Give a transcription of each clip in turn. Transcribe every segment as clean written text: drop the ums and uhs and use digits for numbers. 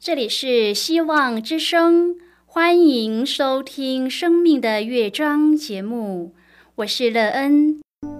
这里是希望之声，欢迎收听生命的乐章节目，我是乐恩。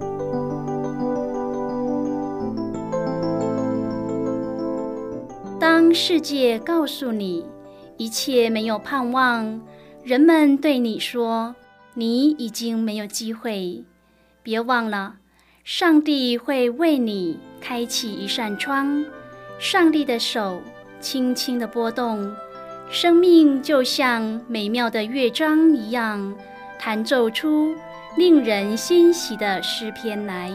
当世界告诉你一切没有盼望，人们对你说你已经没有机会，别忘了上帝会为你开启一扇窗，上帝的手轻轻地拨动，生命就像美妙的乐章一样，弹奏出令人欣喜的诗篇来。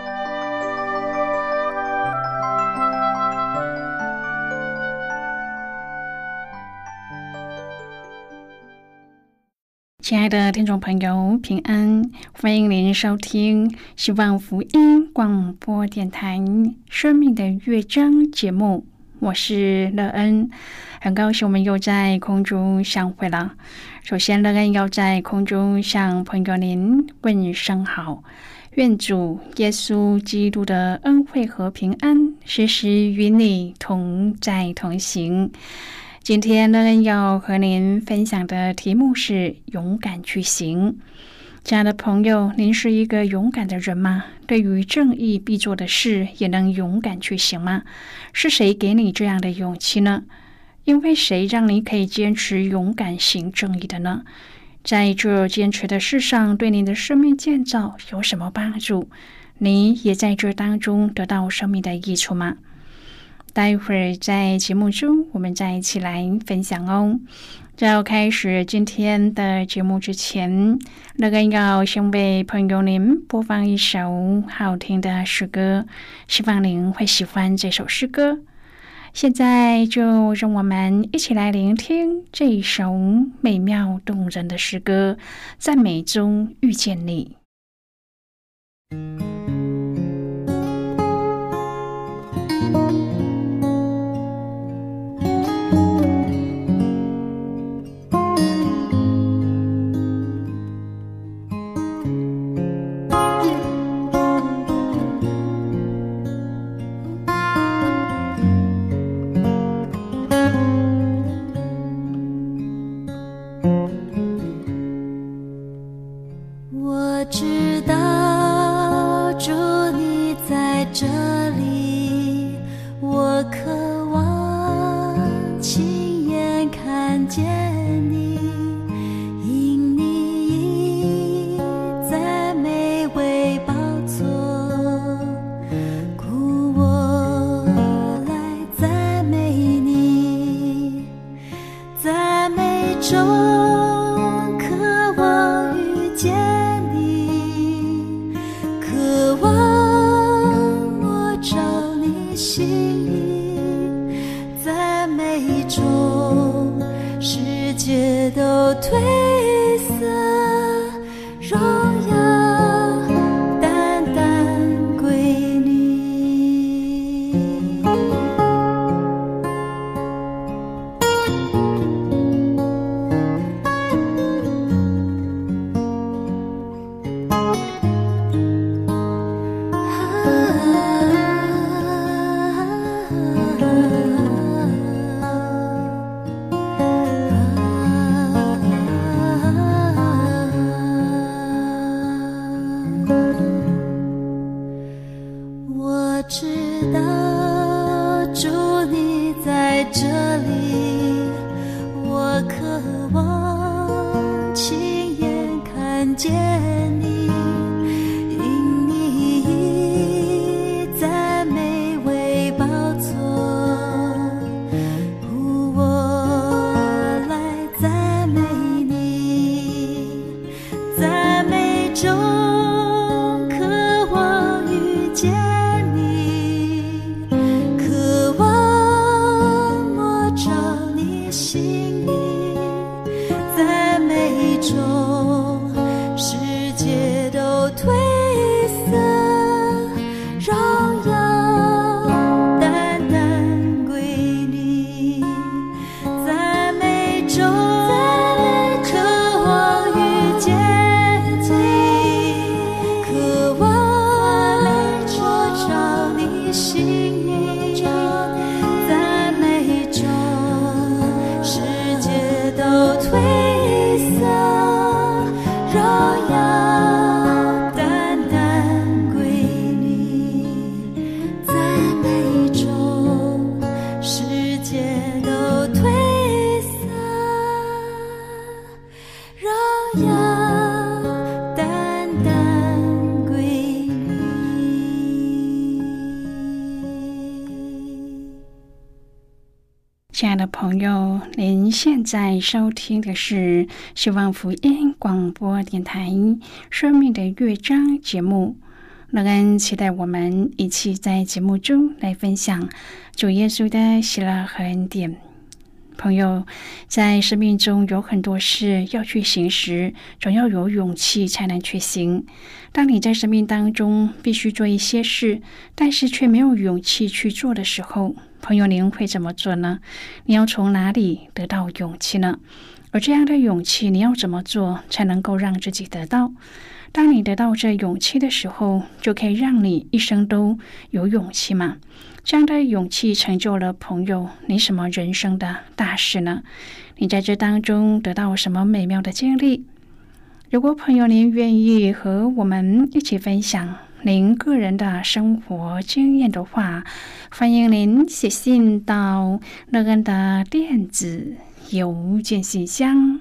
亲爱的听众朋友，平安，欢迎您收听希望福音广播电台生命的乐章节目，我是乐恩，很高兴我们又在空中相会了。首先，乐恩要在空中向朋友您问声好，愿主耶稣基督的恩惠和平安时时与你同在同行。今天乐恩要和您分享的题目是勇敢去行。亲爱的朋友，您是一个勇敢的人吗？对于正义必做的事也能勇敢去行吗？是谁给你这样的勇气呢？因为谁让你可以坚持勇敢行正义的呢？在这坚持的事上，对您的生命建造有什么帮助？你也在这当中得到生命的益处吗？待会儿在节目中我们再一起来分享哦。在要开始今天的节目之前，乐恩要先为朋友您播放一首好听的诗歌，希望您会喜欢这首诗歌。现在就让我们一起来聆听这一首美妙动人的诗歌，赞美中遇见你。 我知道主你在这里，我渴望亲眼看见你，因你已在美味宝座，故我来赞美你，赞美中渴望遇见心意，在美中世界都褪色，荣耀单单归你。我知道主你在这里，我渴望亲眼看见你，因你已在美味宝座，故我来赞美你，赞美中渴望遇见心意，在美中爱的朋友，您现在收听的是希望福音广播电台生命的乐章节目。乐恩期待我们一起在节目中来分享主耶稣的喜乐和恩典。朋友，在生命中有很多事要去行时，总要有勇气才能去行。当你在生命当中必须做一些事，但是却没有勇气去做的时候，朋友，您会怎么做呢？你要从哪里得到勇气呢？而这样的勇气，你要怎么做才能够让自己得到？当你得到这勇气的时候，就可以让你一生都有勇气吗？这样的勇气成就了朋友你什么人生的大事呢？你在这当中得到什么美妙的经历？如果朋友您愿意和我们一起分享您个人的生活经验的话，欢迎您写信到乐恩的电子邮件信箱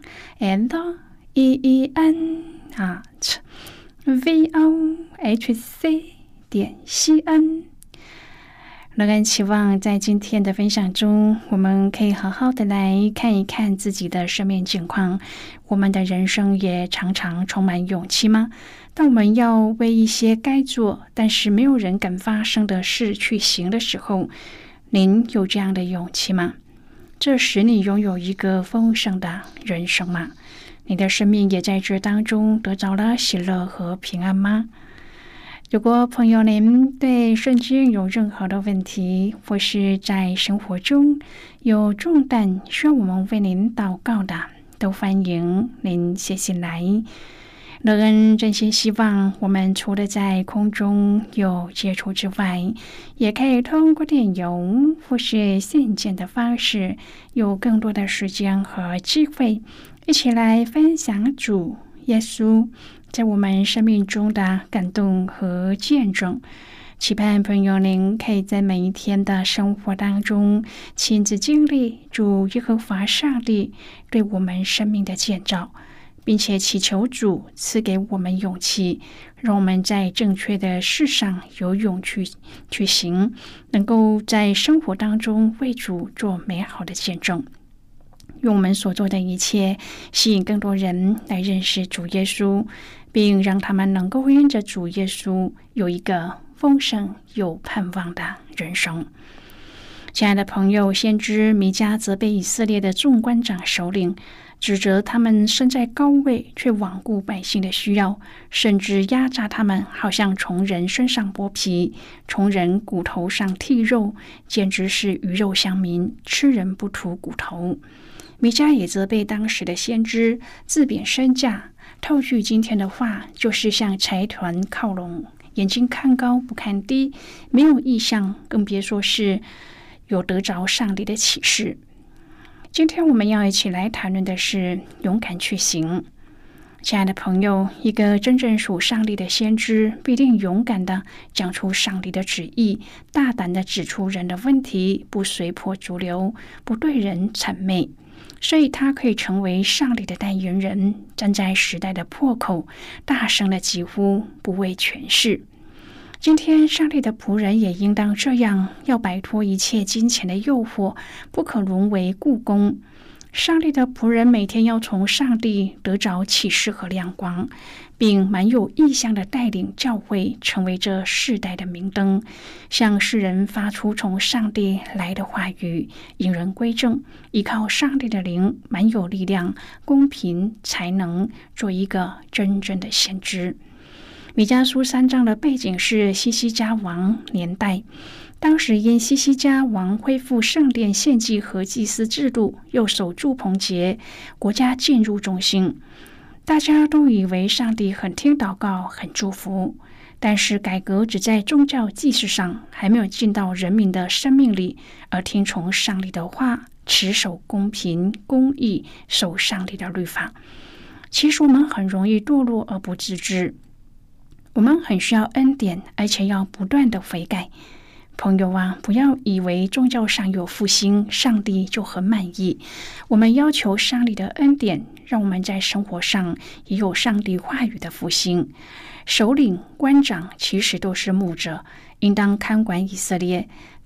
len@vohc.cn。乐恩期望在今天的分享中，我们可以好好的来看一看自己的生命境况。我们的人生也常常充满勇气吗？当我们要为一些该做但是没有人敢发生的事去行的时候，您有这样的勇气吗？这使你拥有一个丰盛的人生吗？你的生命也在这当中得着了喜乐和平安吗？如果朋友您对圣经有任何的问题，或是在生活中有重担需要我们为您祷告的，都欢迎您写信来。乐恩真心希望我们除了在空中有接触之外，也可以通过电邮或是信件的方式，有更多的时间和机会一起来分享主耶稣在我们生命中的感动和见证。期盼朋友您可以在每一天的生活当中亲自经历主耶和华上帝对我们生命的建造，并且祈求主赐给我们勇气，让我们在正确的事上有勇气去行，能够在生活当中为主做美好的见证。用我们所做的一切吸引更多人来认识主耶稣，并让他们能够因着主耶稣有一个丰盛有盼望的人生。亲爱的朋友，先知弥迦责备以色列的众官长首领，指责他们身在高位却罔顾百姓的需要，甚至压榨他们，好像从人身上剥皮，从人骨头上剔肉，简直是鱼肉乡民，吃人不吐骨头。弥迦也责备当时的先知自贬身价，套句今天的话，就是向财团靠拢，眼睛看高不看低，没有意向，更别说是有得着上帝的启示。今天我们要一起来谈论的是勇敢去行。亲爱的朋友，一个真正属上帝的先知必定勇敢地讲出上帝的旨意，大胆地指出人的问题，不随波逐流，不对人谄媚，所以他可以成为上帝的代言人，站在时代的破口，大声地疾呼，不为权势。今天上帝的仆人也应当这样，要摆脱一切金钱的诱惑，不可沦为雇工。上帝的仆人每天要从上帝得着启示和亮光，并蛮有意向的带领教会成为这世代的明灯，向世人发出从上帝来的话语，引人归正，依靠上帝的灵，蛮有力量、公平、才能，做一个真正的先知。弥迦书3章的背景是西西家王年代，当时因西西家王恢复圣殿献祭和祭司制度，又守住棚节，国家进入中心，大家都以为上帝很听祷告，很祝福。但是改革只在宗教祭祀上，还没有进到人民的生命里，而听从上帝的话，持守公平公义，守上帝的律法。其实我们很容易堕落而不自知，我们很需要恩典，而且要不断的悔改。朋友啊，不要以为宗教上有复兴，上帝就很满意。我们要求上帝的恩典，让我们在生活上也有上帝话语的复兴。首领、官长其实都是牧者，应当看管以色列，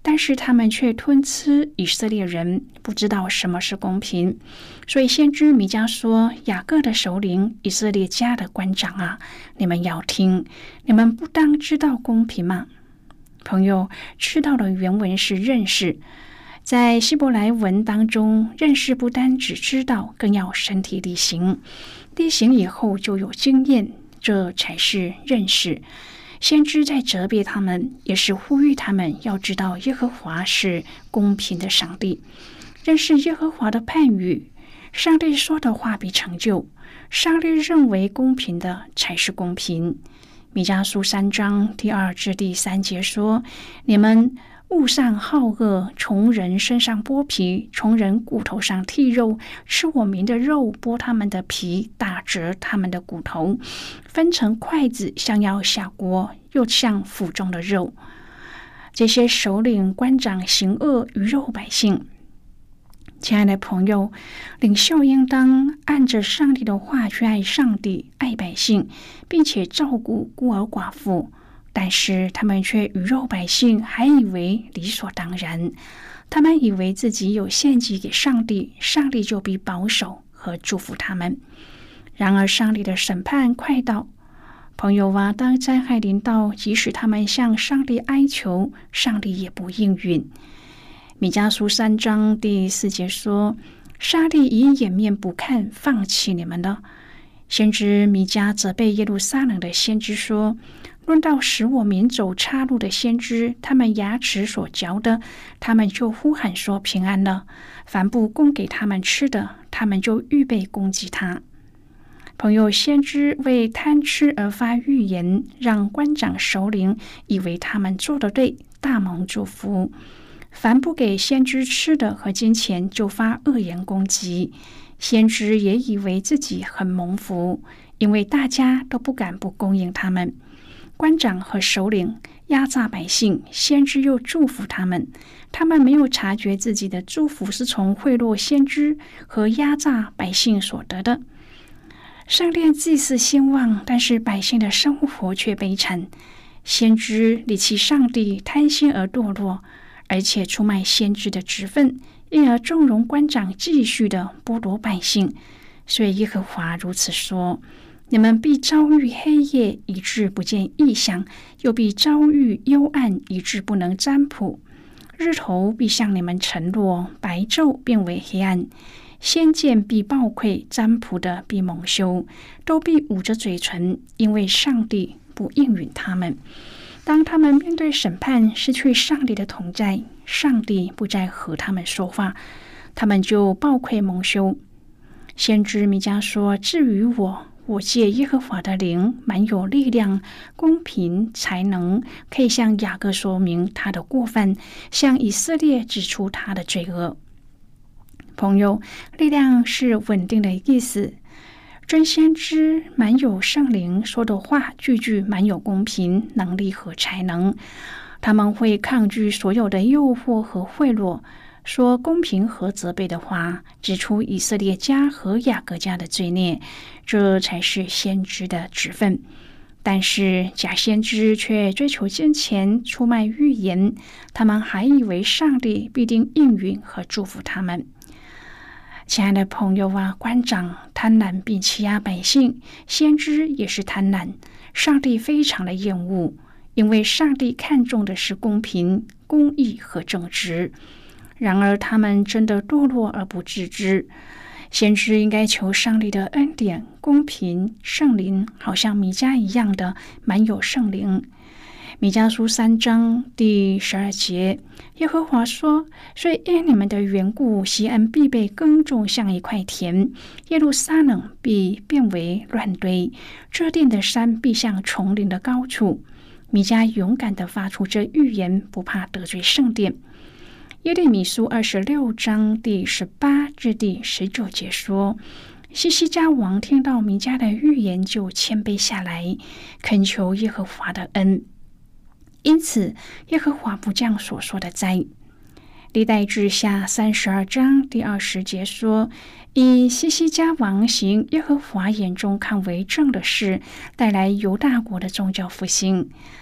但是他们却吞吃以色列人，不知道什么是公平。所以先知弥迦说，雅各的首领，以色列家的官长啊，你们要听，你们不当知道公平吗？朋友，知道的原文是认识，在希伯来文当中，认识不单只知道，更要身体力行，力行以后就有经验，这才是认识。先知在责备他们，也是呼吁他们要知道耶和华是公平的上帝，认识耶和华的判语，上帝说的话必成就，上帝认为公平的才是公平。弥迦书3章第2至第3节说，你们勿上好恶，从人身上剥皮，从人骨头上剔肉，吃我民的肉，剥他们的皮，打折他们的骨头，分成筷子，像要下锅，又像腹中的肉。这些首领官长行恶，鱼肉百姓。亲爱的朋友，领袖应当按着上帝的话去爱上帝，爱百姓，并且照顾孤儿寡妇。但是他们却鱼肉百姓，还以为理所当然。他们以为自己有献祭给上帝，上帝就必保守和祝福他们。然而上帝的审判快到。朋友啊，当灾害临到，即使他们向上帝哀求，上帝也不应允。弥迦书3章第4节说，上帝以掩面不看，放弃你们了。先知弥迦责备耶路撒冷的先知说，论到使我民走岔路的先知，他们牙齿所嚼的，他们就呼喊说平安了；凡不供给他们吃的，他们就预备攻击他。朋友，先知为贪吃而发预言，让官长首领以为他们做得对，大蒙祝福；凡不给先知吃的和金钱，就发恶言攻击。先知也以为自己很蒙福，因为大家都不敢不供应他们。官长和首领压榨百姓，先知又祝福他们。他们没有察觉自己的祝福是从贿赂先知和压榨百姓所得的。圣殿祭祀兴旺，但是百姓的生活却悲惨。先知离弃上帝，贪心而堕落，而且出卖先知的职分，因而纵容官长继续的剥夺百姓。所以耶和华如此说，你们必遭遇黑夜，以致不见异象，又必遭遇幽暗，以致不能占卜。日头必向你们沉落，白昼变为黑暗。先见必暴愧，占卜的必蒙羞，都必捂着嘴唇，因为上帝不应允他们。当他们面对审判，失去上帝的同在，上帝不再和他们说话，他们就暴愧蒙羞。先知弥迦说，至于我借耶和华的灵，满有力量、公平、才能，可以向雅各说明他的过犯，向以色列指出他的罪恶。朋友，力量是稳定的意思。真先知满有圣灵，说的话句句满有公平、能力和才能。他们会抗拒所有的诱惑和贿赂，说公平和责备的话，指出以色列家和雅各家的罪孽，这才是先知的职分。但是假先知却追求金钱，出卖预言，他们还以为上帝必定应允和祝福他们。亲爱的朋友啊，官长贪婪并欺压百姓，先知也是贪婪，上帝非常的厌恶，因为上帝看重的是公平、公义和正直。然而他们真的堕落而不自知。先知应该求上帝的恩典、公平、圣灵，好像弥迦一样的满有圣灵。弥迦书3章第12节，耶和华说，所以因你们的缘故，西安必被耕种像一块田，耶路撒冷必变为乱堆，这殿的山必像丛林的高处。弥迦勇敢地发出这预言，不怕得罪圣殿。耶利米书26章第18至第19节说，西西家王听到弥迦的预言，就谦卑下来，恳求耶和华的恩。因此耶和华不降所说的灾。历代志下32章第20节说，以西西家王行耶和华眼中看为正的事，带来犹大国的宗教复兴。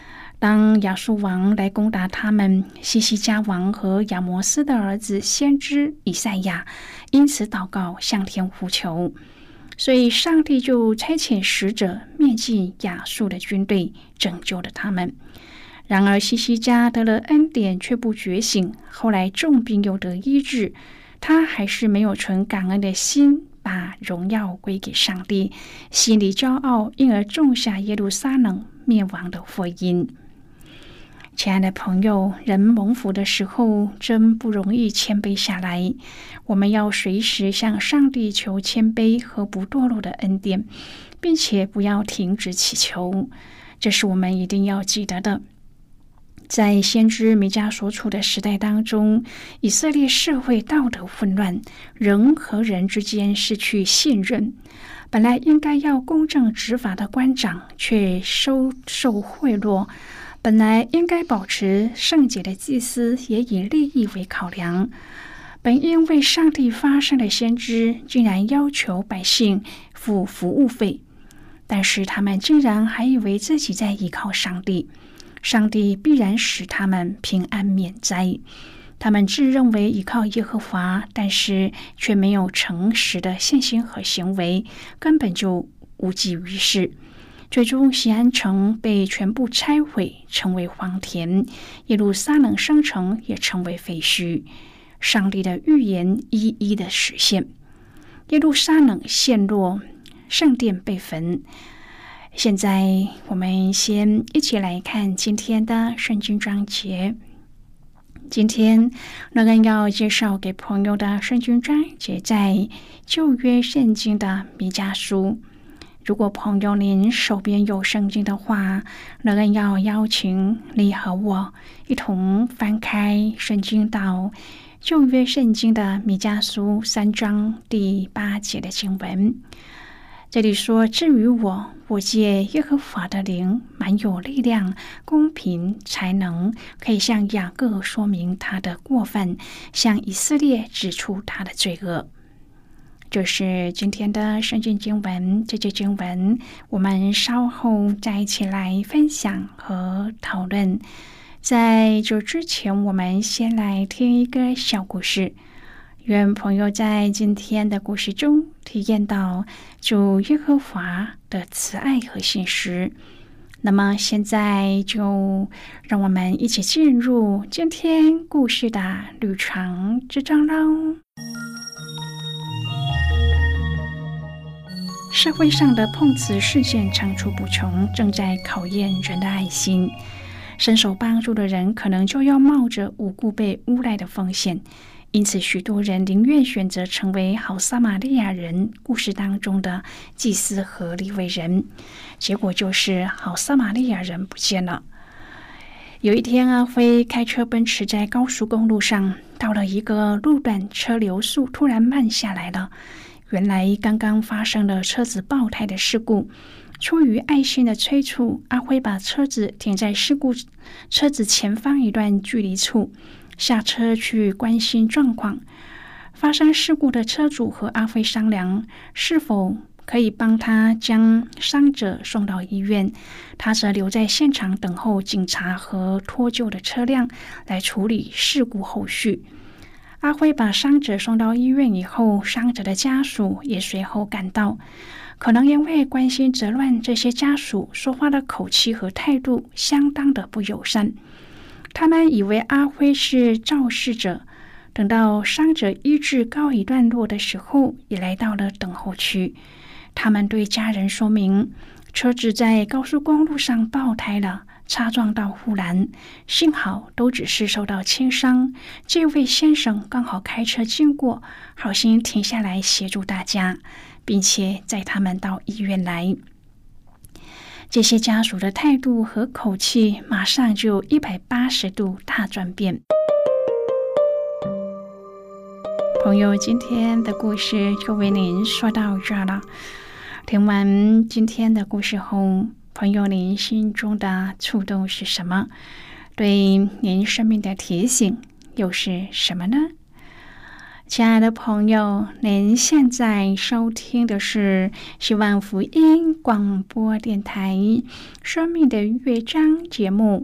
当亚述王来攻打他们，西西家王和亚摩斯的儿子先知以赛亚因此祷告向天呼求，所以上帝就差遣使者灭尽亚述的军队，拯救了他们。然而西西家得了恩典却不觉醒，后来重病又得医治，他还是没有存感恩的心，把荣耀归给上帝，心里骄傲，因而种下耶路撒冷灭亡的祸因。亲爱的朋友，人蒙福的时候真不容易谦卑下来，我们要随时向上帝求谦卑和不堕落的恩典，并且不要停止祈求，这是我们一定要记得的。在先知弥迦所处的时代当中，以色列社会道德混乱，人和人之间失去信任，本来应该要公正执法的官长却收受贿赂，本来应该保持圣洁的祭司也以利益为考量，本应为上帝发声的先知竟然要求百姓付服务费，但是他们竟然还以为自己在依靠上帝，上帝必然使他们平安免灾。他们自认为依靠耶和华，但是却没有诚实的信心和行为，根本就无济于事。最终锡安城被全部拆毁，成为荒田，耶路撒冷圣城也成为废墟。上帝的预言一一的实现，耶路撒冷陷落，圣殿被焚。现在我们先一起来看今天的圣经章节。今天乐恩要介绍给朋友的圣经章节在旧约圣经的弥迦书。如果朋友您手边有圣经的话，乐恩要邀请你和我一同翻开圣经到旧约圣经的弥迦书3章第8节的经文。这里说，至于我借耶和华的灵满有力量、公平、才能，可以向雅各说明他的过犯，向以色列指出他的罪恶。这是今天的圣经经文，这节经文我们稍后再一起来分享和讨论。在这之前，我们先来听一个小故事，愿朋友在今天的故事中体验到主耶和华的慈爱和信实。那么现在就让我们一起进入今天故事的旅程之中喽。社会上的碰瓷事件层出不穷，正在考验人的爱心。伸手帮助的人可能就要冒着无故被诬赖的风险，因此许多人宁愿选择成为好撒玛利亚人故事当中的祭司和利未人，结果就是好撒玛利亚人不见了。有一天，阿辉开车奔驰在高速公路上，到了一个路段，车流速突然慢下来了。原来刚刚发生了车子爆胎的事故，出于爱心的催促，阿辉把车子停在事故车子前方一段距离处，下车去关心状况。发生事故的车主和阿辉商量，是否可以帮他将伤者送到医院，他则留在现场等候警察和脱救的车辆来处理事故后续。阿辉把伤者送到医院以后，伤者的家属也随后赶到。可能因为关心则乱，这些家属说话的口气和态度相当的不友善。他们以为阿辉是肇事者，等到伤者医治告一段落的时候，也来到了等候区。他们对家人说明，车子在高速公路上爆胎了，擦撞到护栏，幸好都只是受到轻伤。这位先生刚好开车经过，好心停下来协助大家，并且载他们到医院来。这些家属的态度和口气马上就180度大转变。朋友，今天的故事就为您说到这了。听完今天的故事后，朋友您心中的触动是什么？对您生命的提醒又是什么呢？亲爱的朋友，您现在收听的是希望福音广播电台生命的乐章节目，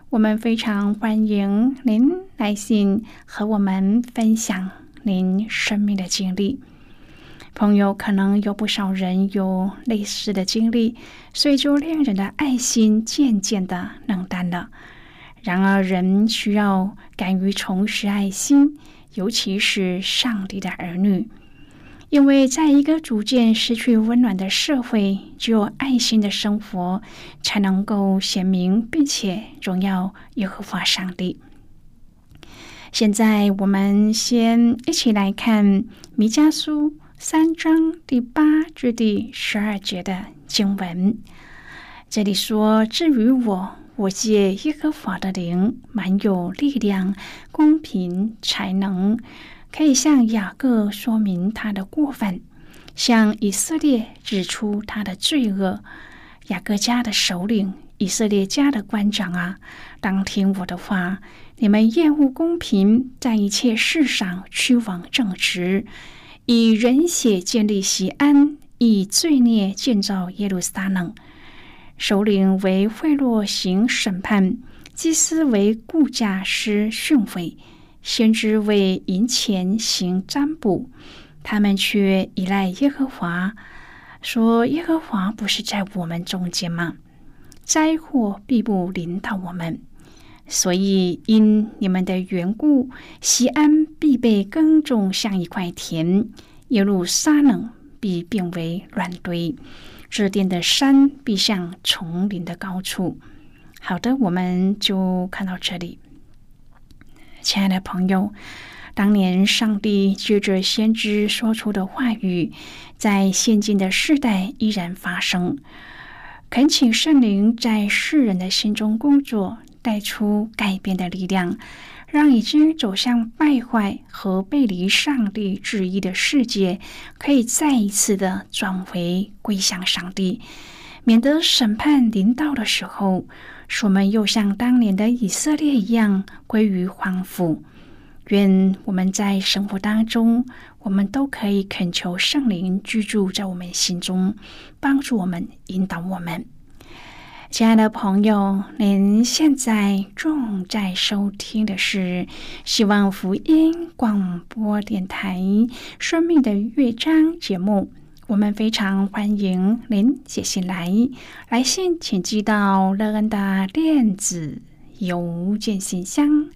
我们非常欢迎您来信和我们分享您生命的经历。朋友，可能有不少人有类似的经历，所以就令人的爱心渐渐的冷淡了。然而，人需要敢于重拾爱心，尤其是上帝的儿女，因为在一个逐渐失去温暖的社会，只有爱心的生活才能够显明并且荣耀耶和华上帝。现在我们先一起来看弥迦书3章第8至第12节的经文。这里说，至于我借耶和华的灵，满有力量、公平、才能，可以向雅各说明他的过犯，向以色列指出他的罪恶。雅各家的首领，以色列家的官长啊，当听我的话。你们厌恶公平，在一切事上屈枉正直，以人血建立锡安，以罪孽建造耶路撒冷。首领为贿赂行审判，祭司为雇价施训诲，先知为银钱行占卜。他们却依赖耶和华，说耶和华不是在我们中间吗？灾祸必不临到我们。所以因你们的缘故，锡安必被耕种像一块田，耶路撒冷必变为乱堆，这殿的山必像丛林的高处。好的，我们就看到这里。亲爱的朋友，当年上帝借着先知说出的话语，在现今的世代依然发生。恳请圣灵在世人的心中工作，带出改变的力量，让已经走向败坏和背离上帝旨意的世界，可以再一次的转回归向上帝，免得审判临到的时候，使我们又像当年的以色列一样归于荒芜。愿我们在生活当中，我们都可以恳求圣灵居住在我们心中，帮助我们，引导我们。亲爱的朋友，您现在正在收听的是希望福音广播电台生命的乐章节目。我们非常欢迎您写信来信请寄到乐恩的电子邮件信箱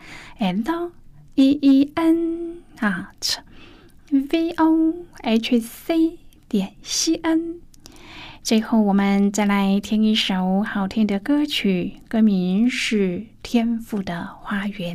leen@vohc.cn。最后我们再来听一首好听的歌曲，歌名是《天父的花园》。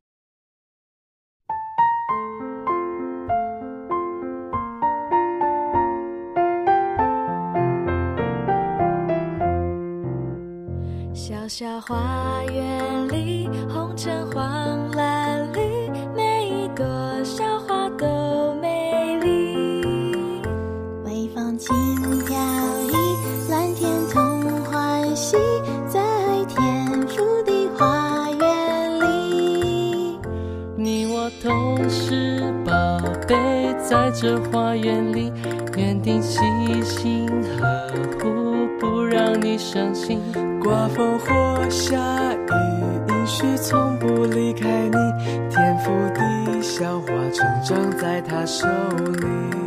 小小花园里，红橙黄蓝绿，每一朵小花都美丽。微风轻飘逸，蓝天同欢喜，在天父的花园里。 你我同是宝贝，在这花园里，园丁细心呵护，不让你伤心。 刮风或下雨，应许从不离开你。天赋的小花成长在他手里。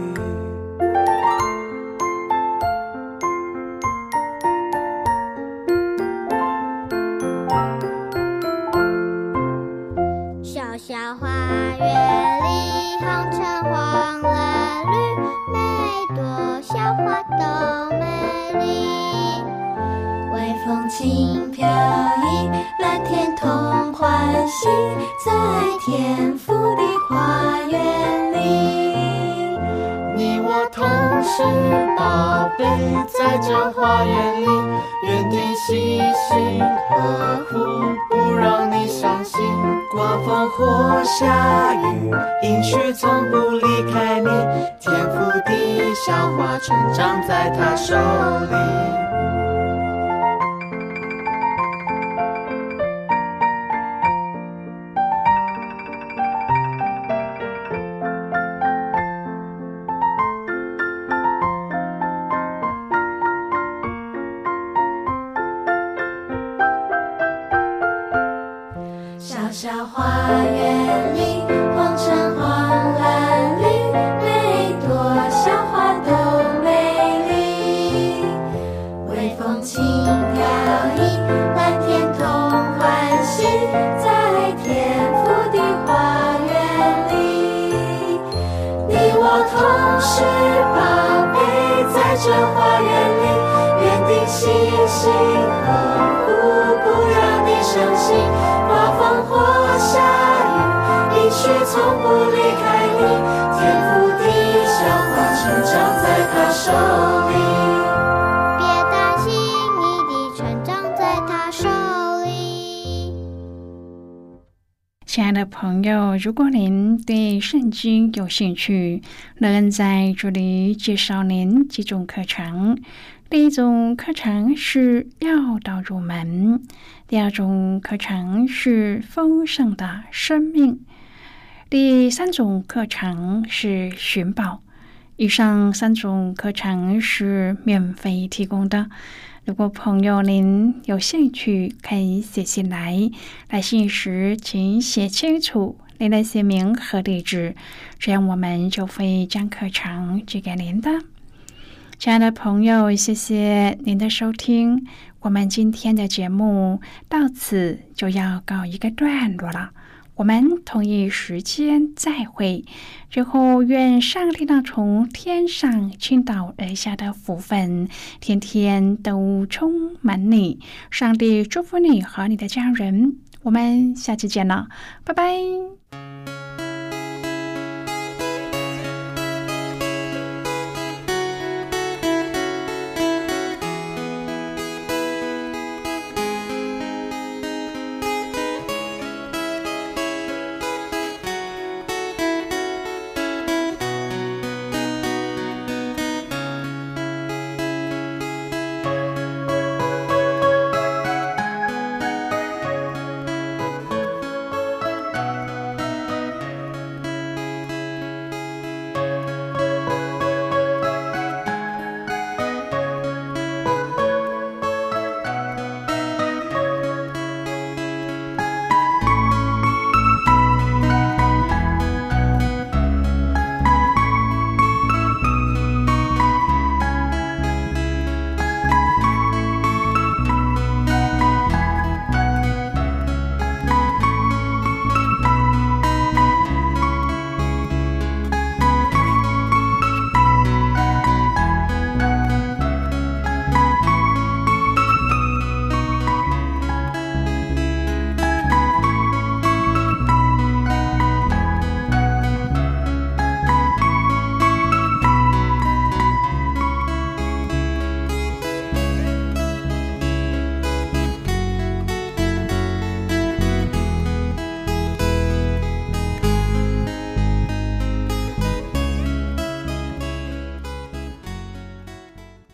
小小花园里，红橙黄蓝绿，每朵小花都美丽。微风轻飘逸，蓝天同欢喜，在天父的花园里。 你我同是宝贝，在这花园里，园丁细心呵护，不让你伤心。刮风或下雨，应许从不离开你。天赋的小花成长在他手里。 花园里，红橙黄蓝绿，每朵小花都美丽。微风轻飘逸，蓝天同欢喜，在天父的花园里。你我同是宝贝，在这花园里，约定细心呵护，不让你伤心。刮风或下雨，应许从不离开你。天父的小花成长在他手里， 别担心，你的成长在他手里。 亲爱的朋友，如果您对圣经有兴趣，乐恩在这里介绍您几种课程。第一种课程是要道入门，第二种课程是丰盛的生命，第三种课程是寻宝。以上3种课程是免费提供的。如果朋友您有兴趣，可以写信来，来信时请写清楚您的姓名和地址，这样我们就会将课程寄给您的。亲爱的朋友，谢谢您的收听，我们今天的节目到此就要告一个段落了，我们同一时间再会。最后，愿上帝那从天上倾倒而下的福分，天天都充满你。上帝祝福你和你的家人，我们下期见了，拜拜。